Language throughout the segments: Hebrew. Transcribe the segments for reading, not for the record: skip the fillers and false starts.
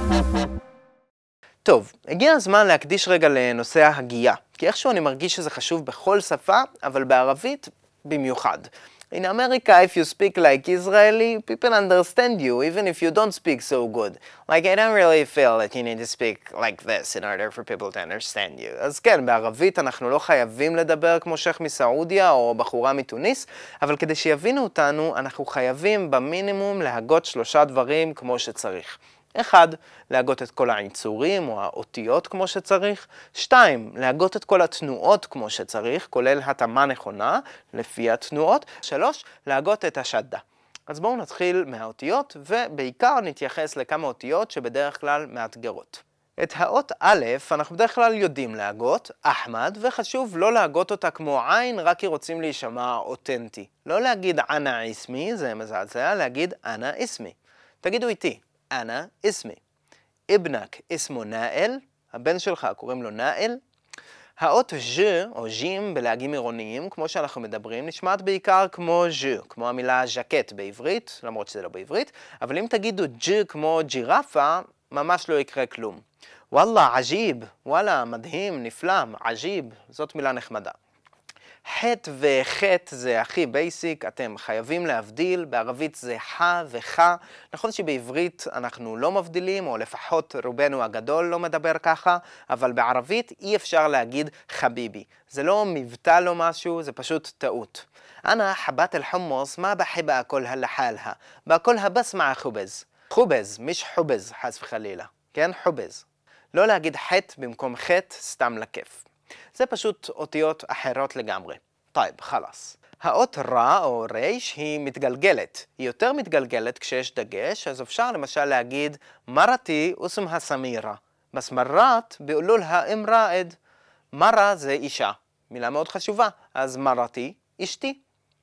טוב, הגיע הזמן להקדיש רגע לנושא ההגייה, כי איכשהו אני מרגיש שזה חשוב בכל שפה, אבל בערבית במיוחד. In America, if you speak like Israeli, people understand you, even if you don't speak so good. Like, I don't really feel that you need to speak like this in order for people to understand you. אז כן, בערבית אנחנו לא חייבים לדבר כמו שייך מסעודיה או בחורה מתוניס, אבל כדי שיבינו אותנו, אנחנו חייבים במינימום להגות 3 דברים כמו שצריך. 1, להגות את כל העיצורים או האותיות כמו שצריך. 2, להגות את כל התנועות כמו שצריך, כולל התאמה נכונה לפי התנועות. 3, להגות את השדה. אז בואו נתחיל מהאותיות, ובעיקר נתייחס לכמה אותיות שבדרך כלל מאתגרות. את האות א' אנחנו בדרך כלל יודעים להגות, אחמד, וחשוב לא להגות אותה כמו עין, רק כי רוצים להישמע אותנטי. לא להגיד אנה איסמי, זה מזעזע, להגיד אנה איסמי. תגידו איתי. אנה איסמי. אבנק אסמו נאל, הבן שלך קוראים לו נאל. האות ז' או ז'ים בלהגים עירוניים, כמו שאנחנו מדברים, נשמעת בעיקר כמו ז', כמו המילה ז'קט בעברית, למרות שזה לא בעברית, אבל אם תגידו ג' כמו ג'ירפה, ממש לא יקרה כלום. וואלה, עג'יב, וואלה, מדהים, נפלא, עג'יב, זאת מילה נחמדה. ח' וח' זה הכי בייסיק, אתם חייבים להבדיל, בערבית זה ח וח, נכון שבעברית אנחנו לא מבדילים, או לפחות רובנו הגדול לא מדבר ככה, אבל בערבית אי אפשר להגיד חביבי. זה לא מבטא לו משהו, זה פשוט טעות. أنا حبات الحمص ما بحب أكلها لحالها, باكلها بس مع خبز. خبز, مش חובז, חס וחלילה. כן, חובז. לא להגיד ח' במקום ח' סתם לכיף. זה פשוט אותיות אחרות לגמרי. טייב, חלאס. האות רע או ריש היא מתגלגלת. היא יותר מתגלגלת כשיש דגש, אז אפשר למשל להגיד מרתי אוסמها סמירה. בס מרת ביאולו לה אם ראד. מרה זה אישה. מילה מאוד חשובה. אז מרתי, אשתי.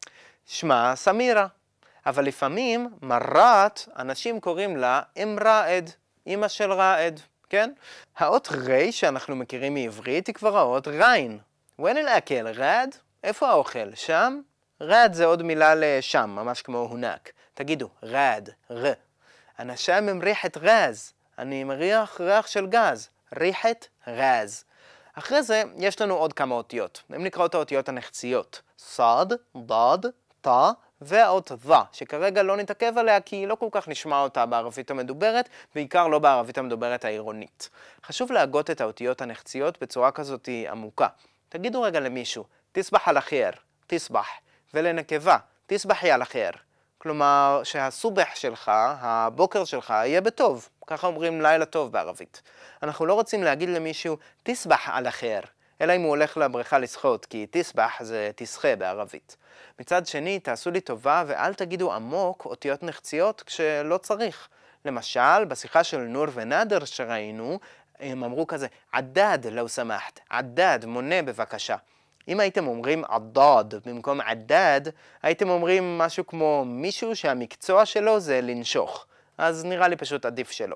שמה סמירה. אבל לפעמים מרת, אנשים קוראים לה אם ראד. אמא של ראד. כן? האות רי שאנחנו מכירים מעברית היא כבר האות ריין. ון אל אקל, רד? איפה האוכל? שם? רד זה עוד מילה לשם, ממש כמו הונק. תגידו, רד, ר. אנשם עם ריחת גז. אני מריח ריח של גז. ריחת גז. אחרי זה יש לנו עוד כמה אותיות. הם נקראות האותיות הנחציות. סד, דד, תא. והאות דה, שכרגע לא נתעכב עליה כי היא לא כל כך נשמע אותה בערבית המדוברת, בעיקר לא בערבית המדוברת העירונית. חשוב להגות את האותיות הנחציות בצורה כזאת עמוקה. תגידו רגע למישהו, תסבח על החיר, תסבח, ולנקבה, תסבחי על החיר. כלומר, שהסובח שלך, הבוקר שלך, יהיה בטוב. ככה אומרים לילה טוב בערבית. אנחנו לא רוצים להגיד למישהו, תסבח על החיר, אלא אם הוא הולך לבריכה לשחות, כי תסבח זה תסחה בערבית. מצד שני, תעשו לי טובה ואל תגידו עמוק אותיות נחציות כשלא צריך. למשל, בשיחה של נור ונאדר שראינו, הם אמרו כזה, עדד לא שמחת, עדד, מונה בבקשה. אם הייתם אומרים עדד במקום עדד, הייתם אומרים משהו כמו מישהו שהמקצוע שלו זה לנשוך. אז נראה לי פשוט עדיף שלא.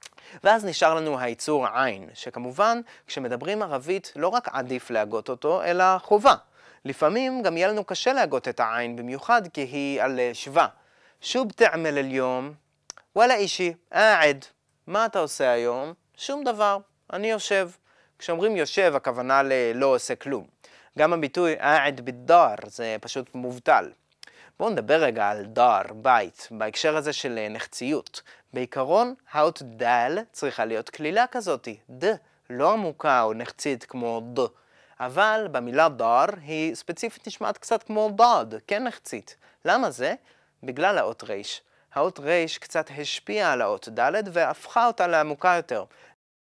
ואז נשאר לנו היצור עין, שכמובן כשמדברים ערבית לא רק עדיף להגות אותו, אלא חובה. לפעמים גם יהיה לנו קשה להגות את העין, במיוחד כי היא על שווה. שוב תעמל אל-יום, וואלה אישי, עד. מה אתה עושה היום? שום דבר, אני יושב. כשאומרים יושב, הכוונה ללא עושה כלום. גם הביטוי עד בדאר, זה פשוט מובטל. בואו נדבר רגע על דאר, בית, בהקשר הזה של נחציות. בעיקרון, האות דל צריכה להיות כלילה כזאת, ד, לא עמוקה או נחצית כמו ד. אבל במילה דאר היא ספציפית נשמעת קצת כמו דד, כן נחצית. למה זה? בגלל האות ריש. האות ריש קצת השפיעה על האות ד' והפכה אותה לעמוקה יותר.